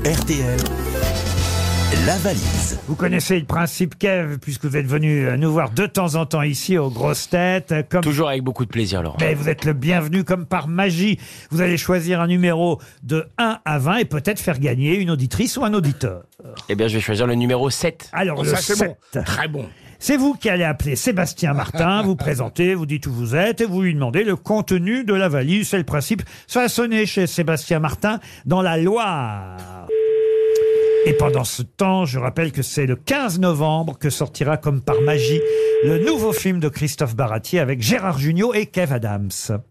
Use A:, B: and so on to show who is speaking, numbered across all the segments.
A: RTL, la valise.
B: Vous connaissez le principe, Kev, puisque vous êtes venu nous voir de temps en temps ici aux Grosses Têtes.
C: Toujours avec beaucoup de plaisir, Laurent.
B: Mais vous êtes le bienvenu comme par magie. Vous allez choisir un numéro de 1 à 20 et peut-être faire gagner une auditrice ou un auditeur.
C: Eh bien, je vais choisir le numéro 7.
B: Alors, le
D: Ça, c'est
B: 7.
D: bon. Très bon.
B: C'est vous qui allez appeler Sébastien Martin, vous présentez, vous dites où vous êtes et vous lui demandez le contenu de la valise. C'est le principe. Ça a sonné chez Sébastien Martin dans la Loire. Et pendant ce temps, je rappelle que c'est le 15 novembre que sortira comme par magie le nouveau film de Christophe Baratier avec Gérard Jugnot et Kev Adams.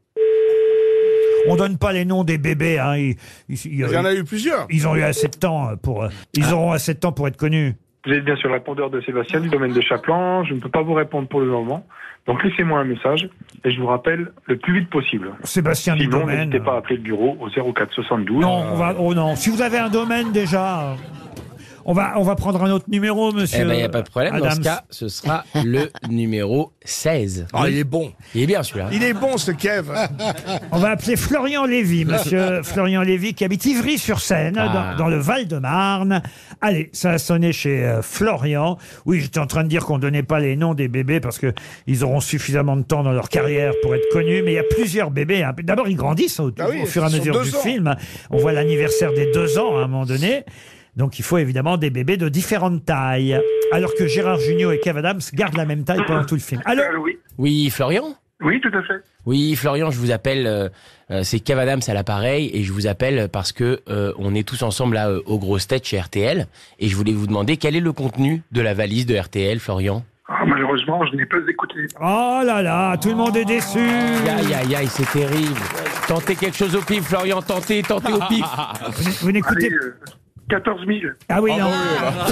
B: On donne pas les noms des bébés, hein.
D: Il y en a eu plusieurs.
B: Ils ont eu assez de temps pour, ils auront assez de temps pour être connus.
E: Vous êtes bien sur le répondeur de Sébastien du domaine de Chaplan. Je ne peux pas vous répondre pour le moment. Donc laissez-moi un message et je vous rappelle le plus vite possible.
B: Sébastien du
E: Sinon,
B: domaine.
E: n'hésitez pas à appeler le bureau au 04 72.
B: Non, oh non. Si vous avez un domaine déjà, on va prendre un autre numéro, monsieur.
C: Eh bien, il n'y a pas de problème. Dans ce
B: Adams.
C: cas, ce sera le numéro 16.
D: Oh, il est bon.
C: Il est bien, celui-là.
D: Il est bon, ce Kev.
B: On va appeler Florian Lévy, monsieur Florian Lévy, qui habite Ivry-sur-Seine, dans le Val-de-Marne. Allez, ça a sonné chez Florian. Oui, j'étais en train de dire qu'on donnait pas les noms des bébés parce que ils auront suffisamment de temps dans leur carrière pour être connus. Mais il y a plusieurs bébés, hein. D'abord, ils grandissent au fur et à
D: ils sont
B: mesure du
D: 2 ans.
B: film. On voit l'anniversaire des 2 ans à un moment donné. Donc il faut évidemment des bébés de différentes tailles. Alors que Gérard Jugnot et Kev Adams gardent la même taille pendant tout le film. Alors,
E: Oui.
C: Oui, Florian
E: Oui, tout à fait.
C: Oui, Florian, je vous appelle, c'est Kev Adams à l'appareil, et je vous appelle parce que on est tous ensemble là aux Grosses Têtes chez RTL, et je voulais vous demander quel est le contenu de la valise de RTL, Florian.
E: Ah, malheureusement, je n'ai pas écouté.
B: oh là là, tout le monde est déçu.
C: Aïe, aïe, aïe, c'est terrible. Tentez quelque chose au pif, Florian, tentez au pif.
B: Vous n'écoutez
E: Allez, 14 000.
B: Ah oui, non.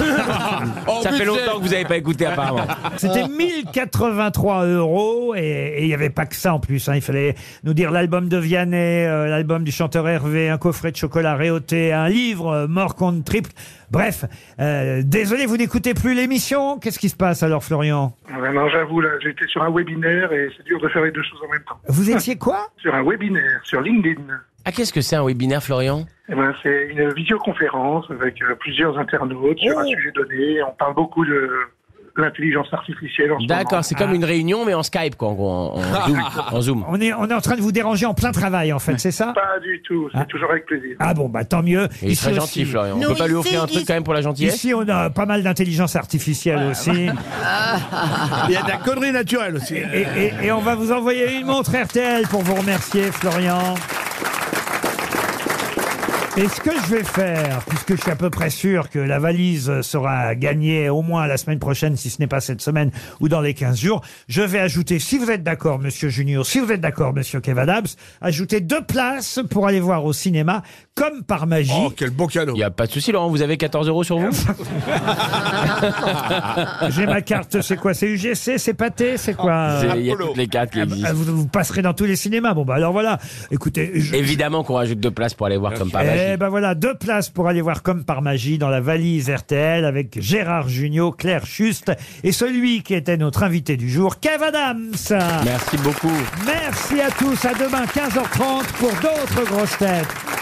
C: Ça fait longtemps que vous n'avez pas écouté, apparemment.
B: C'était 1083 € et il n'y avait pas que ça en plus. Hein. Il fallait nous dire l'album de Vianney, l'album du chanteur Hervé, un coffret de chocolat réauté, un livre, mort contre triple. Bref, désolé, vous n'écoutez plus l'émission. Qu'est-ce qui se passe alors, Florian?
E: Non, j'avoue, là, j'étais sur un webinaire et c'est dur de faire les deux choses en même temps.
B: Vous étiez quoi?
E: Sur un webinaire, sur LinkedIn.
C: Ah, qu'est-ce que c'est un webinaire, Florian?
E: Eh ben, c'est une visioconférence avec plusieurs internautes sur un sujet donné. On parle beaucoup de l'intelligence artificielle en ce moment.
C: D'accord, c'est comme une réunion, mais en Skype, quoi, en Zoom.
B: On est en train de vous déranger en plein travail, en fait, c'est ça?
E: Pas du tout, c'est toujours avec plaisir.
B: Ah bon, bah tant mieux.
C: Il est
B: Ici
C: très
B: aussi.
C: gentil, Florian. On peut pas lui offrir un truc quand même pour la gentillesse?
B: Ici, on a pas mal d'intelligence artificielle aussi.
D: Il y a de la connerie naturelle aussi.
B: Et on va vous envoyer une montre RTL pour vous remercier, Florian. Et ce que je vais faire, puisque je suis à peu près sûr que la valise sera gagnée au moins la semaine prochaine, si ce n'est pas cette semaine ou dans les 15 jours, je vais ajouter, si vous êtes d'accord, monsieur Junior, si vous êtes d'accord, monsieur Kev Adams, ajouter 2 places pour aller voir au cinéma, comme par magie.
D: Oh, quel beau cadeau.
C: Il n'y a pas de souci, Laurent, vous avez 14 € sur vous?
B: J'ai ma carte, c'est quoi? C'est UGC, c'est Pathé, c'est quoi?
C: Il y a toutes les cartes qui existent.
B: Vous passerez dans tous les cinémas. Bon, bah alors voilà, écoutez...
C: Évidemment qu'on rajoute 2 places pour aller voir comme par magie.
B: Eh ben voilà, 2 places pour aller voir comme par magie dans la valise RTL avec Gérard Jugnot, Claire Schust et celui qui était notre invité du jour, Kev Adams.
C: Merci beaucoup.
B: Merci à tous, à demain 15h30 pour d'autres grosses têtes.